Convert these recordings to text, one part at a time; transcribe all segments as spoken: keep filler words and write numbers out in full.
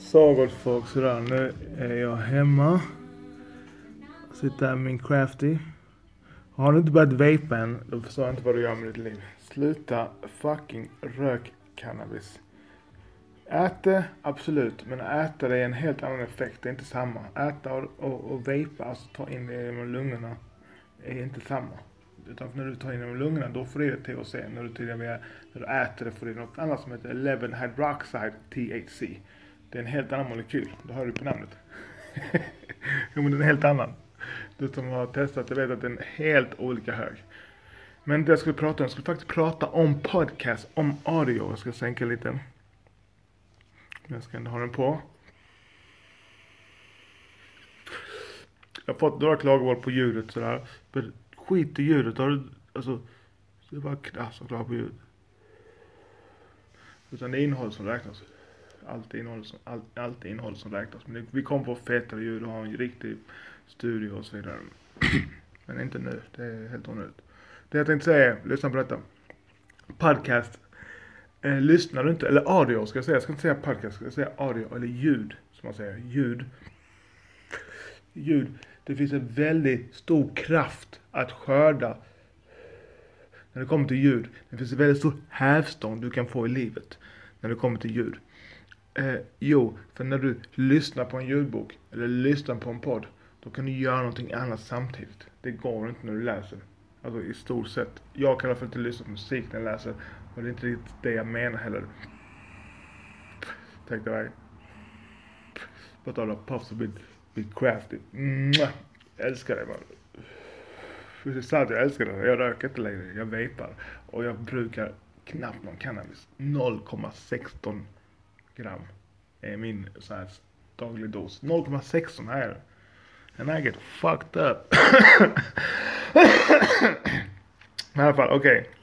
Så gott folk, sådär, nu är jag hemma. Sitter här med min crafty. Har du inte börjat vape än, då förstår jag inte vad du gör med ditt liv. Sluta fucking rök cannabis. Äta, absolut, men äta det är en helt annan effekt, det är inte samma. Äta och, och, och vape, alltså ta in det i lungorna, är inte samma. Utan när du tar in det i lungorna, då får det T H C. När du, till det med, när du äter det får det något annat som heter eleven hydroxide T H C. Det är en helt annan molekyl, det hör du på namnet. Jo, men den är helt annan. Du som har testat, jag vet att den är helt olika hög. Men det jag skulle prata om, jag skulle faktiskt prata om podcast, om audio. Jag ska sänka lite. Jag ska ändå ha den på. Jag har fått några klagomål på ljudet sådär. Men skit i ljudet, har du, alltså, det är bara krass och klar på ljudet. Utan det är innehåll som räknas. Allt innehåll som, allt, allt innehåll som räknas. Men det, vi kommer på fetare ljud och har en riktig studio och så vidare. Men inte nu, det är helt onödigt. Det jag tänkte säga är, lyssna på detta. Podcast. Eh, lyssnar du inte, eller audio ska jag säga. Jag ska inte säga podcast, ska jag säga audio eller ljud. Som man säger, ljud. Ljud. Det finns en väldigt stor kraft att skörda. När det kommer till ljud. Det finns en väldigt stor hävstång du kan få i livet. När det kommer till ljud. Eh, jo, för när du lyssnar på en ljudbok. Eller lyssnar på en podd. Då kan du göra någonting annat samtidigt. Det går inte när du läser. Alltså i stort sett. Jag kan i alla fall inte lyssna på musik när jag läser. Och det är inte riktigt det jag menar heller. Tänk dig. På tal om puffs och bit, bit crafty. Mwah! Jag älskar det man. Det är sant, jag älskar det. Jag röker inte längre. Jag vapar. Och jag brukar knappt någon cannabis. noll komma sexton gram är min så här daglig dos. noll komma sexton är det. And I get fucked up. Men i alla fall, okej. Okay.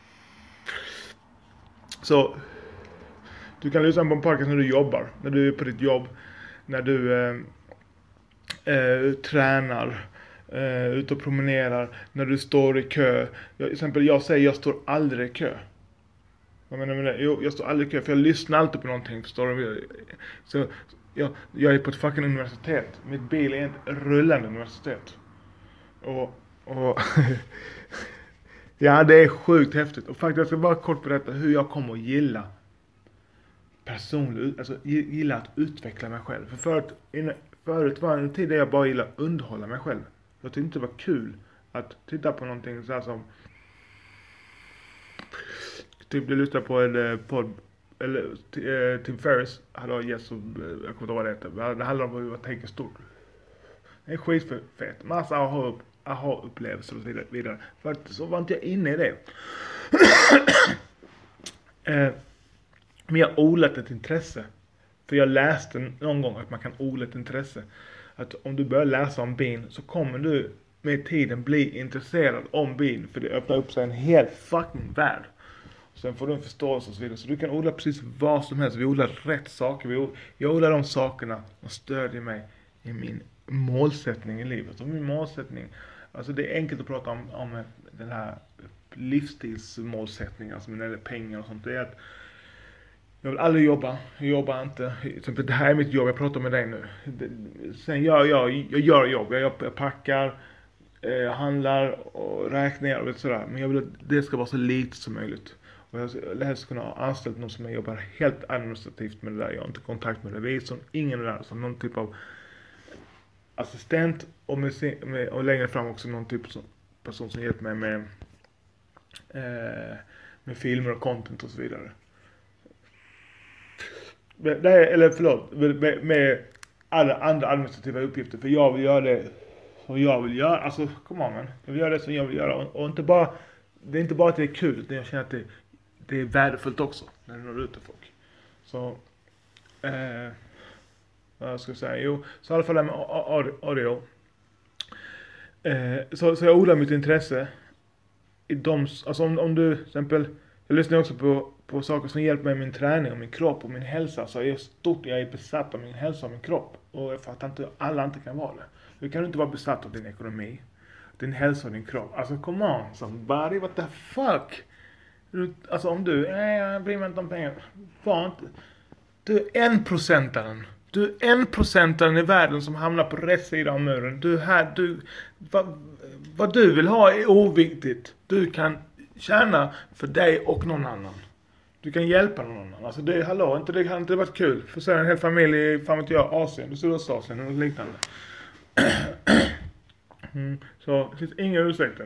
Så du kan lyssna på en podcast när du jobbar. När du är på ditt jobb. När du eh, eh, tränar. Eh, ute och promenerar. När du står i kö. Jag, till exempel jag säger jag står aldrig i kö. Vad menar du med det? Jo, jag står aldrig i kö. För jag lyssnar alltid på någonting. Förstår du? Så jag, jag är på ett fucking universitet. Mitt bil är ett rullande universitet. Och, och ja, det är sjukt häftigt. Och faktiskt, jag ska bara kort berätta hur jag kommer att gilla personligt, alltså gilla att utveckla mig själv. För förut, innan, förut var en tid där jag bara gillade att underhålla mig själv. Jag tyckte inte det var kul att titta på någonting så här som typ du lyssnar på en podd. Eller uh, Tim Ferriss hade gäst som, uh, jag kommer inte ihåg vad det heter. Det handlar om hur jag tänker stort. Det är skitfett. Massa aha, aha-upplevelser och så vidare. För att så var inte jag inne i det. uh, men jag odlat ett intresse. För jag läste någon gång att man kan odla ett intresse. Att om du börjar läsa om bin så kommer du med tiden bli intresserad om bin. För det öppnar upp sig en helt fucking värld. Sen får du en förståelse och så vidare. Så du kan odla precis vad som helst. Vi odlar rätt saker. Vi odlar, jag odlar de sakerna som stödjer mig i min målsättning i livet. Och min målsättning, alltså det är enkelt att prata om, om den här livsstilsmålsättningen. Alltså när det gäller pengar och sånt. Det är att jag vill aldrig jobba. Jag jobbar inte. Det här är mitt jobb. Jag pratar med dig nu. Sen gör jag, jag gör jobb. Jag, jag packar. Jag handlar och räknar och sådär. Men jag vill att det ska vara så lite som möjligt. Och jag vill helst kunna ha anställt någon som jag jobbar helt administrativt med det där. Jag har inte kontakt med revisorn. Ingen av det där. Så någon typ av assistent. Och, med, med, och längre fram också någon typ av person som hjälper mig med, eh, med filmer och content och så vidare. Med, eller förlåt. Med, med alla andra administrativa uppgifter. För jag vill göra det som jag vill göra. Alltså, come on man. Jag vill göra det som jag vill göra. Och, och inte bara, det är inte bara att det är kul. Utan jag känner att det, det är värdefullt också. När det når ut till folk. Så. Eh, vad ska jag säga? Jo. Så i alla fall det med audio. Eh, så, så jag odlar mitt intresse. I de, alltså om, om du till exempel. Jag lyssnar också på, på saker som hjälper mig med min träning och min kropp och min hälsa. Så jag är stort, jag är besatt av min hälsa och min kropp. Och jag fattar inte, alla inte kan vara det. Du kan inte vara besatt av din ekonomi, din hälsa och din kropp. Alltså come on, somebody, what the fuck? Alltså om du, nej jag bryr mig inte om pengar. Var inte. Du är en procentaren. Du är en procentaren i världen som hamnar på rätt sida av muren. Du är här, du... Vad, vad du vill ha är oviktigt. Du kan tjäna för dig och någon annan. Du kan hjälpa någon annan. Alltså det, hallå, inte det hade inte varit kul. För så är en hel familj i, fan vet jag, Asien, det Sydostasien och liknande. Mm, så det finns inga ursäkter.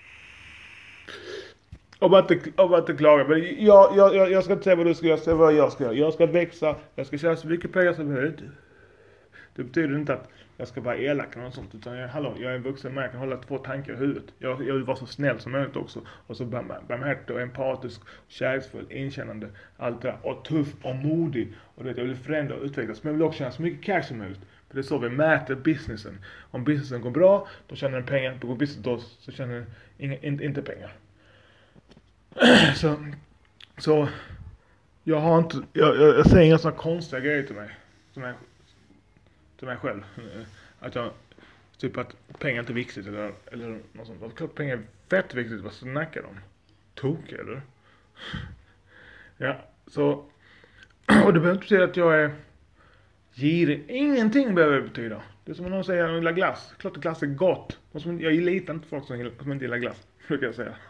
Och bara inte, och bara inte klaga. Men jag, jag, jag, jag ska inte säga vad du ska göra, säga vad jag ska göra. Jag ska växa, jag ska tjäna så mycket pengar som möjligt. Det betyder inte att jag ska vara elak eller något sånt. Utan jag, hallå, jag är en vuxen man, jag kan hålla två tankar i huvudet. Jag, jag vill vara så snäll som möjligt också. Och så barmhärtig och empatisk, kärleksfull, inkännande, allt det där. Och tuff och modig. Och det, jag vill förändra och utvecklas. Men jag vill också tjäna så mycket cash som möjligt. För det är så vi mäter businessen. Om businessen går bra, då tjänar den pengar. Då går businessen då, så tjänar den inga, in, inte pengar. Så, så jag har inte, jag, jag, jag säger inga sådana konstiga grejer till mig. Som jag, till mig själv. Att jag, typ att pengar inte är viktigt eller, eller något sånt. Klart pengar är fett viktigt, vad snackar de om? Tok eller? Ja, så. Och det behöver inte betyda att jag är girig. Ingenting behöver det betyda. Det är som om någon säger att jag gillar glass. Klart att glass är gott. Jag litar inte folk som, gillar, som inte gillar glass. Brukar jag säga.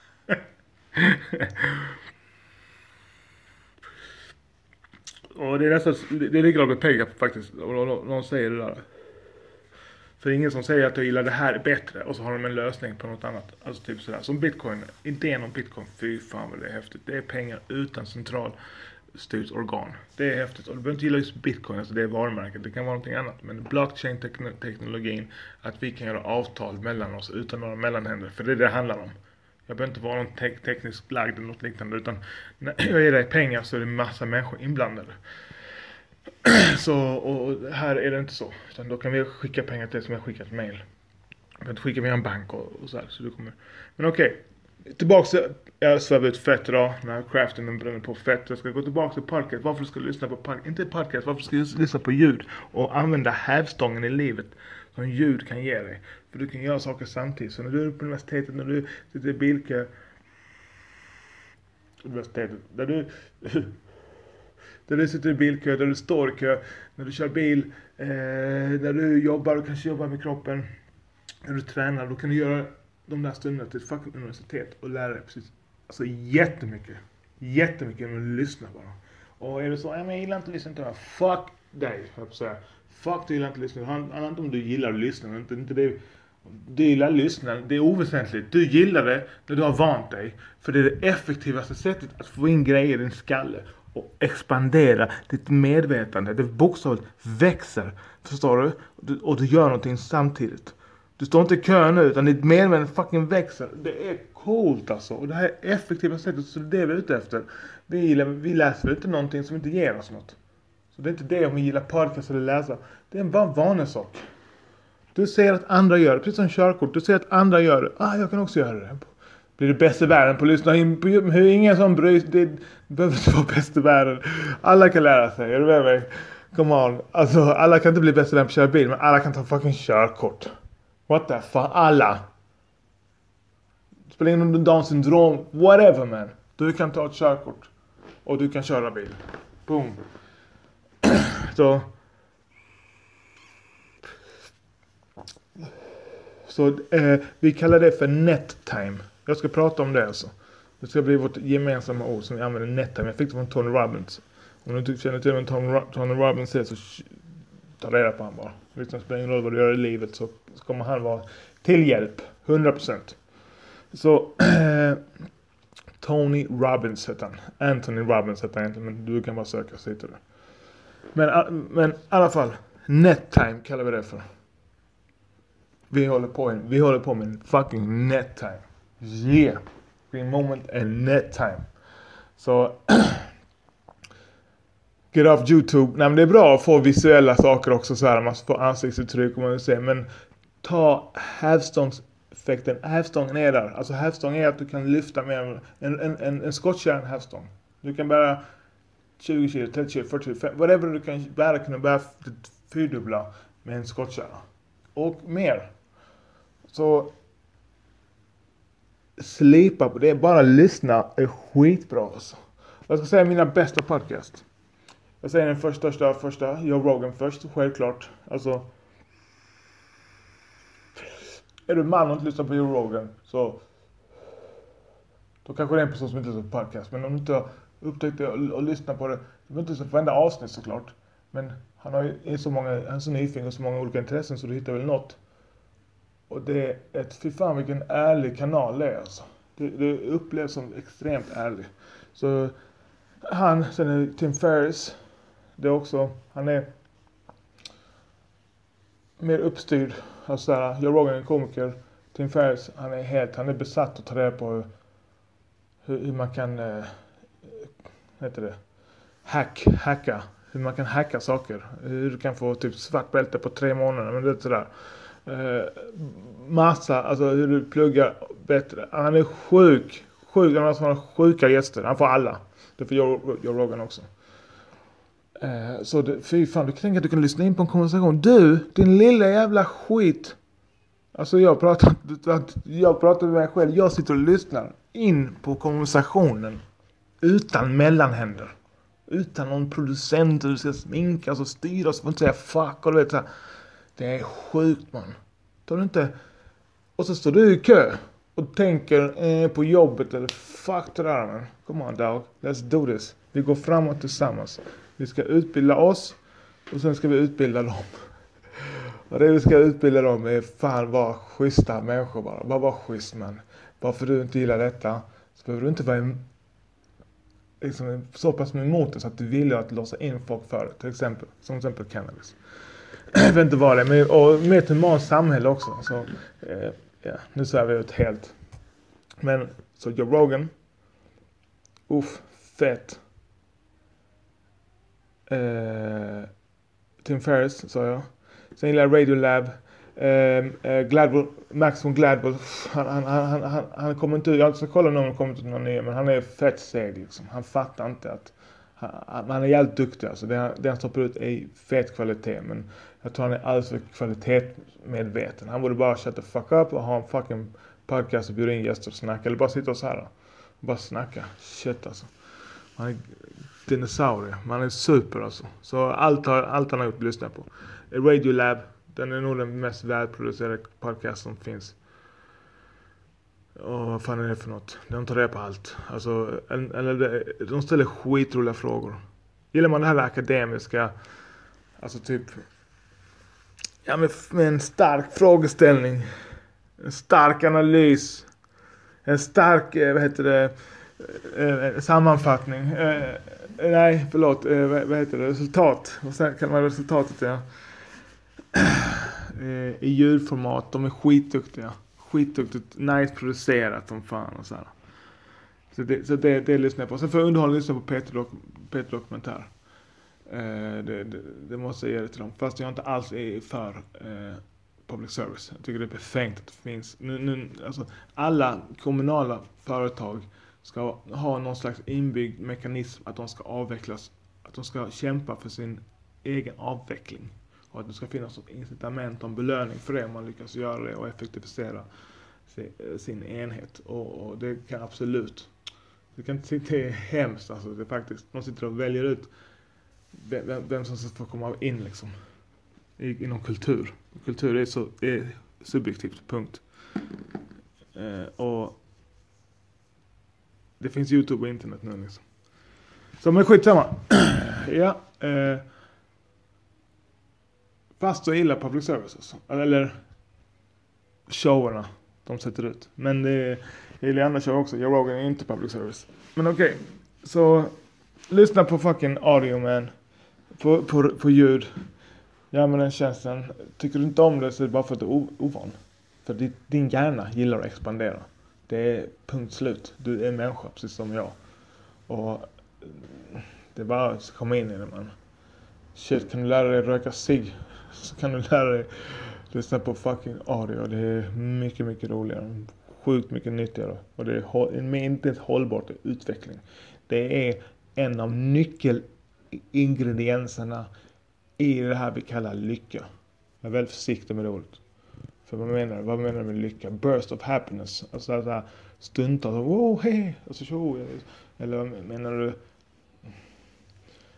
Och det är nästan, det är likadant med pengar faktiskt. Och någon säger det där. För det är ingen som säger att jag gillar det här bättre. Och så har de en lösning på något annat. Alltså typ sådär. Som bitcoin. Inte är någon bitcoin. Fy fan vad det är häftigt. Det är pengar utan central styrt organ. Det är häftigt. Och du behöver inte gilla just bitcoin. Alltså det är varumärket. Det kan vara någonting annat. Men blockchain-teknologin. Att vi kan göra avtal mellan oss utan några mellanhänder. För det är det det handlar om. Jag behöver inte vara någon te- teknisk lagd eller något liknande. Utan när jag ger dig pengar så är det massa människor inblandade. Så, och här är det inte så. Utan då kan vi skicka pengar till det som jag skickat mail. Jag kan inte skicka via en bank och, och så här. Så du kommer... Men okej. Okay. Tillbaka till... Jag svävar ut fett idag. När craften bränner på fett. Jag ska gå tillbaka till podcast. Varför ska du lyssna på podcast? Inte podcast. Varför ska du lyssna på ljud? Och använda hävstången i livet. Som ljud kan ge dig. För du kan göra saker samtidigt. Så när du är på universitetet. När du sitter i bilkö. Universitetet. Där du... Där du sitter i bilkö, där du står i kö, när du kör bil, eh, när du jobbar och kanske jobbar med kroppen, när du tränar, då kan du göra de där stunderna till ett fucking universitet och lära dig precis, alltså jättemycket, jättemycket när du lyssnar bara. Och är det så, ja men jag gillar inte att lyssna till det här, fuck dig, jag får säga. Fuck, du gillar inte att lyssna, det handlar inte om du gillar att lyssna, inte, inte det. Du gillar att lyssna, det är oväsentligt. Du gillar det när du har vant dig, för det är det effektivaste sättet att få in grejer i din skalle. Och expandera ditt medvetande. Det bokstavligt växer. Förstår du? du? Och du gör någonting samtidigt. Du står inte i kö nu. Utan ditt medvetande fucking växer. Det är coolt alltså. Och det här är effektiva sättet. Så det är det vi är ute efter. Vi, vi läser inte någonting som inte ger oss något. Så det är inte det om vi gillar podcast eller läsa. Det är bara en vanlig sak. Du ser att andra gör det. Precis som körkort. Du ser att andra gör det. Ah, jag kan också göra det. Blir det bäst i världen på att lyssna in på hur ingen som bryr sig. Det behöver inte vara bäst i världen. Alla kan lära sig. Är du med mig? Come on. Alltså alla kan inte bli bäst i världen på att köra bil. Men alla kan ta fucking körkort. What the fuck? Alla. Spelar ingen roll om du har syndrom. Whatever man. Du kan ta ett körkort. Och du kan köra bil. Boom. Så. Så eh, vi kallar det för net time. Jag ska prata om det alltså. Det ska bli vårt gemensamma ord som vi använder nettime. Jag fick det från Tony Robbins. Om du inte känner till vem Tony, Tony Robbins är så ta reda på han bara. Det spelar ingen roll vad du gör i livet så kommer han vara till hjälp. hundra procent. Så äh, Tony Robbins heter han. Anthony Robbins heter han egentligen. Men du kan bara söka sig till det. Men, men i alla fall. Nettime kallar vi det för. Vi håller på, vi håller på med en fucking nettime. Yeah. Green moment and net time. Så get off YouTube. Nej men det är bra att få visuella saker också så här. Man får ansiktsuttryck och man vill se. Men ta hävstångseffekten. Hävstången är där. Alltså hävstång är att du kan lyfta med en, en, en, en skottkärn hävstång. Du kan bära tjugo kilo, trettio kilo, fyrtio kilo. Whatever du kan bära kan du bära fyrdubbla med en skottkärna. Och mer. Så slipa på det. Bara lyssna är skitbra alltså. Jag ska säga mina bästa podcast. Jag säger den första, största, första. Joe Rogan först, självklart. Alltså. Är du man och inte lyssnar på Joe Rogan så. Då kanske det är en person som inte lyssnar på podcast. Men om du inte har upptäckt det och, och lyssnar på det. Du behöver inte lyssna på varenda avsnitt såklart. Men han har ju är så många, han är så nyfiken och så många olika intressen så du hittar väl något. Och det är ett, fy fan vilken ärlig kanal det är alltså. Det, det upplevs som extremt ärlig. Så han, sen är Tim Ferriss. Det är också, han är mer uppstyrd. Alltså där, Joe Rogan är en komiker. Tim Ferriss, han är helt, han är besatt att ta reda på hur, hur, hur man kan, eh, heter det, hack, hacka. Hur man kan hacka saker. Hur du kan få typ svart bälte på tre månader. Men det är sådär. Eh, massa, alltså hur du pluggar bättre. Han är sjuk. Sjuk, han har sådana sjuka gäster. Han får alla. Det får Joe, Joe Rogan också. Eh, så det, fy fan, du kan tänka att du kan lyssna in på en konversation. Du, din lilla jävla skit. Alltså jag pratar, jag pratar med mig själv. Jag sitter och lyssnar in på konversationen. Utan mellanhänder. Utan någon producent och du ska sminkas och styra och så får inte säga fuck och du vet så här. Det är sjukt man. Tar du inte. Och så står du i kö och tänker eh, på jobbet eller fuck det där man. Come on dog, let's do this. Vi går framåt tillsammans. Vi ska utbilda oss och sen ska vi utbilda dem. Och det vi ska utbilda dem är fan vara schyssta människor bara. Bara vara schysst man. Varför du inte gillar detta så behöver du inte vara en liksom så pass med emot det så att du vill att låsa in folk för det. Till exempel, som exempel cannabis. Jag vet inte vad det är, men och med ett humant samhälle också. Så, eh, ja, nu ser vi ut helt. Men, så Joe Rogan. Uff, fett. Eh, Tim Ferriss, sa jag. Sen gillar jag Radiolab. Eh, eh, Gladwell, Max von Gladwell. Han, han, han, han, han kommer inte ut. Jag ska kolla om någon kommer ut någon ny. Men han är fett seg liksom. Han fattar inte att. Han, han är jävligt duktig. Alltså. Det, det han stoppar ut är fet kvalitet. Men jag tror han är alldeles för kvalitetsmedveten. Han borde bara shut the fuck up och ha en fucking podcast och bjuda in gäster och snacka. Eller bara sitta och så här. Och bara snacka. Shit alltså. Han är dinosaurie. Man är super alltså. Så allt, har, allt han har gjort lyssna på. Radiolab. Den är nog den mest välproducerade podcast som finns. Och vad fan är det för något? De tar reda på allt. Alltså, eller de ställer skitroliga frågor. Gillar man det här akademiska, alltså typ, ja med, med en stark frågeställning, en stark analys, en stark, vad heter det, eh, sammanfattning, eh, nej förlåt, eh, vad, vad heter det, resultat. Och sen kan man resultatet, ja. I ljudformat, de är skitduktiga. Skitduktigt, nice producerat som fan och så här. Så det, så det, det lyssnar jag på. Sen får jag underhålla lyssna på Peter, Dok, Peter Dokumentär. Eh, det, det, det måste jag ge det till dem. Fast jag inte alls är för eh, public service. Jag tycker det är befängt att det finns. Nu, nu, alltså, alla kommunala företag ska ha någon slags inbyggd mekanism att de ska avvecklas. Att de ska kämpa för sin egen avveckling. Och att det ska finnas ett incitament och en belöning för det om man lyckas göra det och effektivisera sin enhet. Och, och det kan absolut. Det kan det är hemskt alltså. Det är faktiskt, de sitter och väljer ut vem, vem som ska få komma in liksom. I, inom kultur. Kultur är så är subjektivt, punkt. Eh, och det finns YouTube och internet nu liksom. Så men skitsamma. ja. Eh, Fast så illa public service alltså. Eller showerna de sätter ut. Men det är gillar andra show också. Joe Rogan är inte public service. Men okej. Okay. Så lyssna på fucking audio man. På, på, på ljud. Ja men den tjänsten. Tycker du inte om det så är det bara för att du är ovan. För din, din hjärna gillar att expandera. Det är punkt slut. Du är en människa precis som jag. Och det är bara att komma in i det man. Shit, kan du lära dig röka cigg? Så kan du lära dig lyssna på fucking audio. Det är mycket, mycket roligare. Sjukt mycket nyttigare. Och det är inte ett hållbart utveckling. Det är en av nyckelingredienserna i det här vi kallar lycka. Jag är väldigt försiktig med det ordet. För vad menar du? Vad menar du med lycka? Burst of happiness. Alltså så här stundtals. Wow, hej. Alltså så. Eller vad menar du?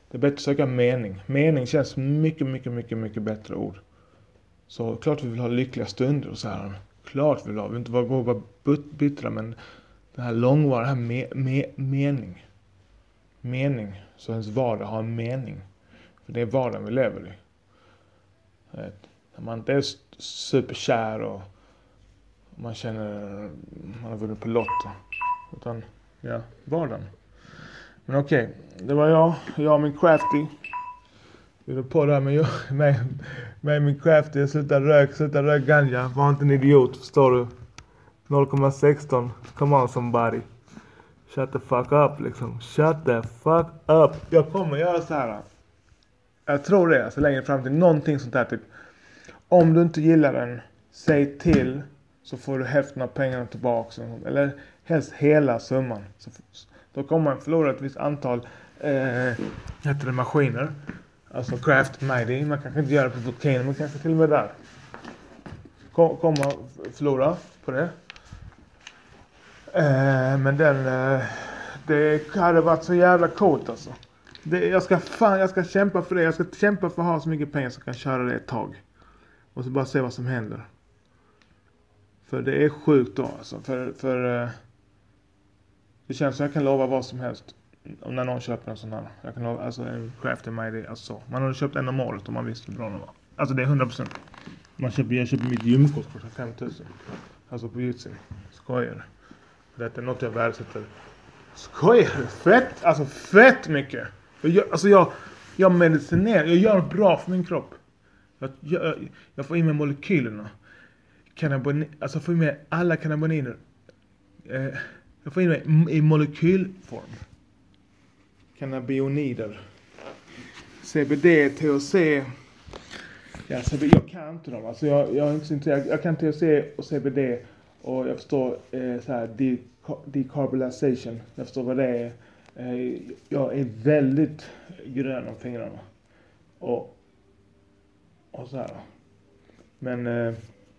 Det är bättre att söka mening. Mening känns mycket, mycket, mycket, mycket bättre ord. Så klart vi vill ha lyckliga stunder och så här. Klart vi vill ha. Vi vill inte vara gå och vara bittra, men det här långvariga, här me, me, mening. Mening. Så ens vardag har en mening. För det är vardagen vi lever i. När man inte är superkär och man känner man har vunnit på lotto. Utan, ja, vardagen. Men okej, okay, det var jag. Jag och min crafty. Vi var på där med, jag, med, med min crafty. Sluta rök, sluta rök ganja. Var inte en idiot, förstår du? noll komma sexton. Come on somebody. Shut the fuck up liksom. Shut the fuck up. Jag kommer göra så här. Jag tror det, alltså längre fram till någonting sånt här typ. Om du inte gillar den, säg till. Så får du hälften av pengarna tillbaka. Eller helst hela summan. Så, då kommer man förlora ett visst antal eh, heter det, maskiner. Alltså craft mighty. Man kanske inte gör det på Volcano, men kanske till och med där. Kom, kommer förlora på det. Eh, men den... Eh, det hade varit så jävla coolt alltså. Det, jag ska fan, jag ska kämpa för det. Jag ska kämpa för att ha så mycket pengar så jag kan köra det ett tag. Och så bara se vad som händer. För det är sjukt då alltså. För, för eh, det känns som jag kan lova vad som helst. Om när någon köper en sån här. Jag kan lova, alltså en crafty mighty, alltså. Man hade köpt en om året om man visste hur bra den var. Alltså det är hundra procent. Man köper, jag köper mitt gymkort för fem tusen. Alltså på Jutsi. Skojar. Det är något jag värdesätter. Skojar, fett, alltså fett mycket. Jag, alltså jag, jag medicinerar, jag gör något bra för min kropp. Jag, jag, jag får in med molekylerna. Cannaboni, alltså får in med alla cannabinoider. Eh, jag får in med i molekylform. Cannabinoider. C B D, T H C. Ja, C B D, jag kan inte dem. Alltså jag, jag är inte så intresserad. Jag kan T H C och C B D. Och jag förstår eh, så här de, decarbonization. Jag förstår vad det är. Eh, jag är väldigt grön om fingrarna. Och, och så här. Men eh,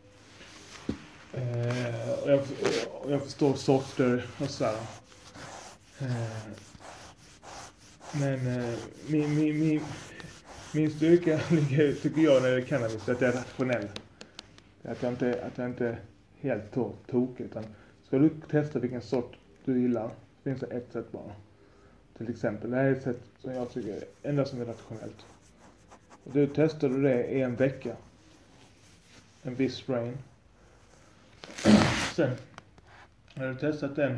eh, och jag, och jag förstår sorter och så här. Eh, men eh, min, min, min, min styrka ligger, tycker jag, när det är cannabis, att jag är rationell. Att jag inte, att jag inte helt to- tokig, utan ska du testa vilken sort du gillar, finns det ett sätt bara. Till exempel, det här är ett sätt som jag tycker är enda som är rationellt. Och du testar du det i en vecka. En viss strain. Sen, när du testat den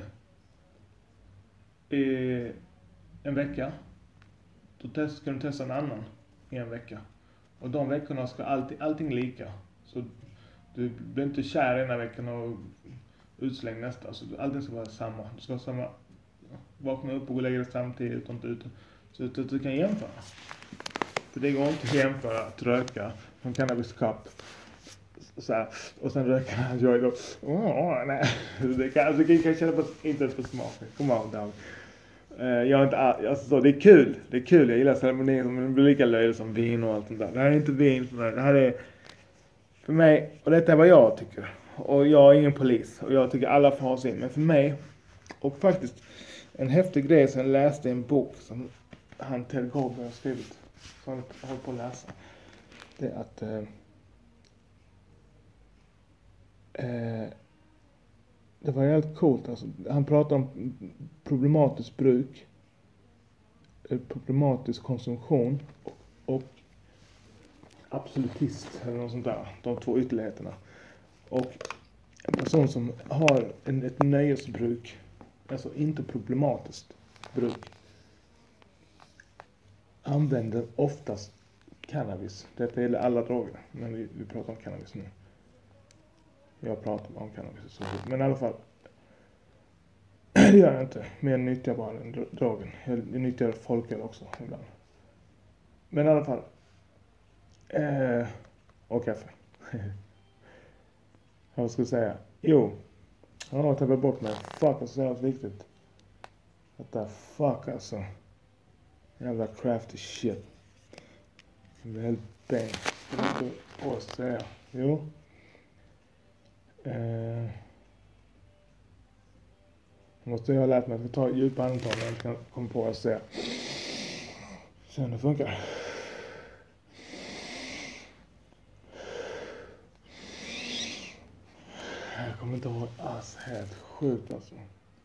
i en vecka, då test, ska du testa en annan i en vecka. Och de veckorna ska allting, allting lika. Så du blir inte kär ena veckan och utslängd nästa. Så allting ska vara samma. Du ska ha samma, vakna upp och lägga det samtidigt och inte ute. Så att du kan jämföra. För det går inte att jämföra att röka från cannabis cup. Så här, och sen röka han gör då. Åh, nej. Det kan, alltså, det kan känna på, inte ens på smaken. Come on down. Uh, jag är inte, alltså, så, det är kul. Det är kul. Jag gillar ceremonier som det blir lika löjligt som vin och allt sånt där. Det här är inte vin. Det här är för mig, och detta är vad jag tycker. Och jag är ingen polis. Och jag tycker alla får ha sin. Men för mig, och faktiskt en häftig grej som jag läste i en bok som han Ted Goldberg har skrivit. Som jag håller på att läsa. Det är att eh, eh, det var helt coolt. Alltså, han pratar om problematisk bruk, problematisk konsumtion och, och absolutist eller något sånt där. De två ytterligheterna. Och en person som har en, ett nöjesbruk, alltså inte problematiskt bruk, använder oftast cannabis. Detta gäller alla droger, men vi, vi pratar om cannabis nu. Jag pratar om cannabis så. Men i alla fall, det gör jag inte. Men jag nyttjar bara den drogen. Jag nyttjar folköl också ibland. Men i alla fall, eh, och kaffe. Vad ska jag säga? Jo, jag har tappat bort mig. Fuck, alltså det är så viktigt. Detta fuck alltså. Jävla crafty shit. Det är helt bang. Jag ska på att säga. Jo. Eh, måste jag ha lärt mig att ta djupa andetag när jag inte kan komma på att säga. Se om det funkar. Jag kommer inte ihåg. Alltså, helt sjukt alltså.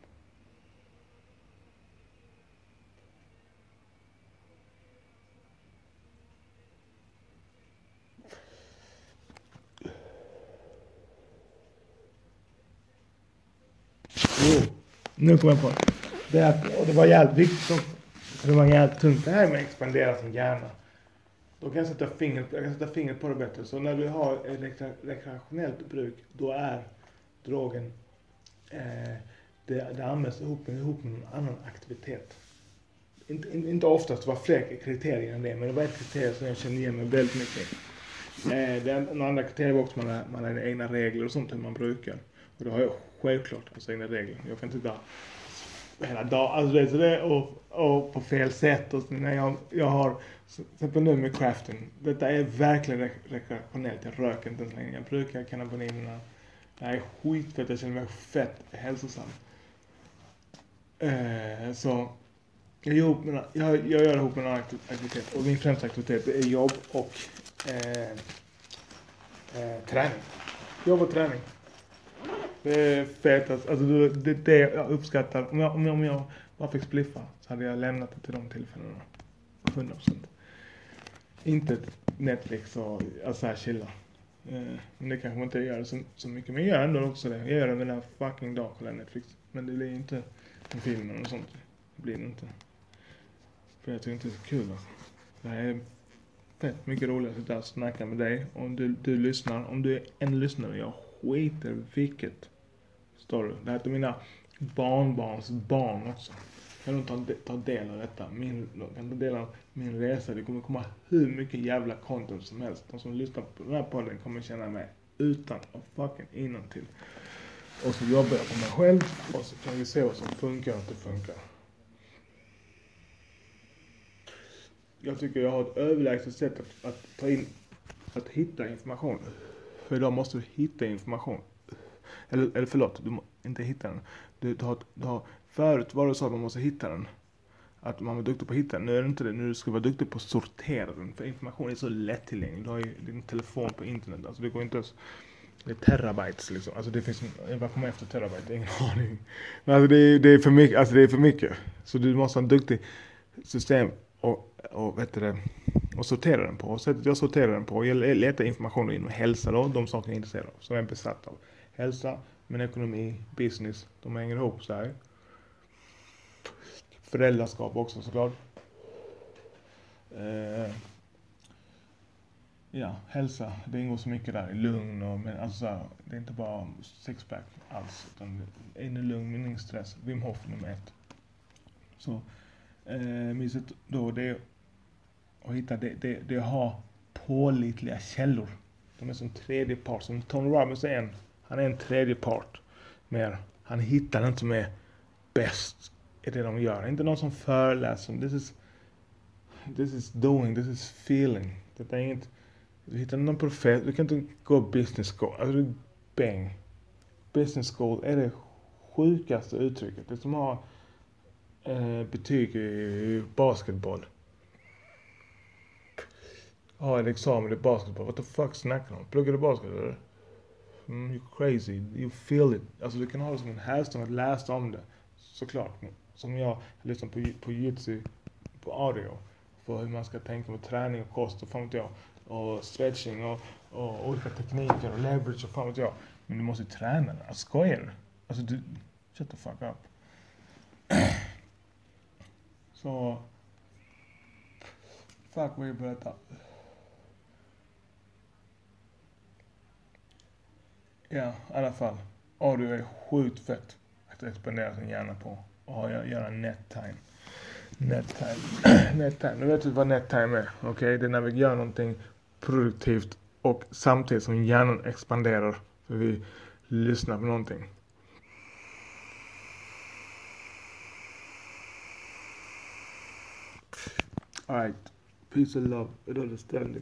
Jo, nu kommer jag på det. Det, är, och det var jävligt viktigt. Det var jävligt tungt. Det här med att expandera sin hjärna. Då kan jag sätta fingret, jag kan sätta fingret på det bättre. Så när du har ett rekreationellt bruk, då är drogen, eh, det, det används ihop, ihop med en annan aktivitet. Inte, inte oftast, det var fler kriterier än det, men det var ett kriterium som jag kände igen mig väldigt mycket. Eh, det är en annan kriterier var också man har, man har egna regler och sånt hur man brukar. Och då har jag självklart alltså egna regler. Jag kan inte ta hela dagen, alltså det och, och på fel sätt. Och när jag, jag har, till exempel nu med crafting, detta är verkligen re- rekreationellt. Jag röker inte ens längre. Jag brukar cannabinoiderna. Det här är skitfett, jag känner mig fett hälsosam. Eh, så jag gör, med, jag, jag gör det ihop med en annan aktivitet. Och min främsta aktivitet är jobb och eh, eh, träning. Jobb och träning. Det är fett. Alltså det är det jag uppskattar. Om jag, om jag, om jag bara fick spliffa så hade jag lämnat det till de tillfällena. hundra procent. Inte Netflix och alltså här chilla. Eh, men det kanske man inte gör så, så mycket. Men jag gör ändå också det. Jag gör det med den här fucking dag på Netflix. Men det blir inte en film eller sånt. Det blir det inte. För jag tycker inte det är så kul alltså. Det här är fett mycket roligare att sitta och snacka med dig. Om du, du lyssnar. Om du är en lyssnare. Jag skiter vilket. Förstår du? Det här är mina barnbarns barn också. Kan du ta, ta del av detta? Min, kan ta del av min resa. Det kommer komma hur mycket jävla content som helst. De som lyssnar på den här podden kommer känna mig utan och fucking innantill. Och så jobbar jag på mig själv. Och så kan vi se vad som funkar och inte funkar. Jag tycker jag har ett överlägset sätt att, att ta in, att hitta information. För idag måste du hitta information. Eller, eller förlåt, du måste inte hitta den. Du, du, har, du har, förut var det så att man måste hitta den. Att man var duktig på att hitta den. Nu är det inte det. Nu ska du vara duktig på att sortera den. För information är så lättillgänglig. Du har ju din telefon på internet. Alltså det går inte ens... Det är terabytes liksom. Alltså det finns... Jag bara kommer efter terabyte. Ingen aning. Men alltså det är, det är för mycket. Alltså det är för mycket. Så du måste ha en duktig system. Och, och, vet du det, och sortera den på. Och sättet jag sorterar den på. Jag letar information inom hälsa då. De saker jag är intresserad av. Som jag är besatt av. Hälsa, men ekonomi, business. De hänger ihop så här. Föräldraskap också såklart. Eh, ja, hälsa. Det ingår så mycket där. Lugn och men alltså det är inte bara sixpack alls. Utan det är lugn, men ingen stress. Wim Hof nummer ett. Så eh, mysigt då det är att hitta det, det, det har pålitliga källor. De är som tredje part. Som Tony Robbins är en. Han är en tredje part. Mer. Han hittar inte med bäst i det de gör. Inte någon som föreläser. This is, this is doing. This is feeling. Det är inget. Du hittar någon profet. Du kan inte gå business school. Alltså bang. Business school är det sjukaste uttrycket. Det som har eh, betyg i basketboll. Ja, en examen i basketboll. What the fuck snackar de? Pluggar du basket eller? Mm, you're crazy. You feel it. Alltså du kan ha det som en hävstång att läsa om det. Såklart. Som jag lyssnar på, på jitsu på audio. För hur man ska tänka med träning och kost och fan vet jag. Och stretching och, och olika tekniker och leverage och fan vet jag. Men du måste ju träna. Alltså skojar du? Alltså du... Shut the fuck up. Så... Fuck vad jag berättar. Ja, i alla fall. Audio är sjukt fett att expandera sin hjärna på. Och göra net time. Net time. Net time. Nu vet du vad net time är. Okej, okay? Det är när vi gör någonting produktivt och samtidigt som hjärnan expanderar. För vi lyssnar på någonting. Alright. Peace and love. It understanding.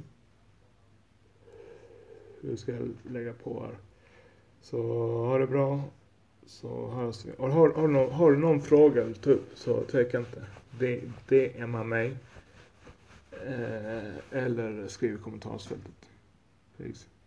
Nu ska jag lägga på här. Så ha det bra. Så hörs vi. Och har, har, har, har du någon fråga typ, så tveka inte. Det, det är man mig. Eh, eller skriv i kommentarsfältet. Peace.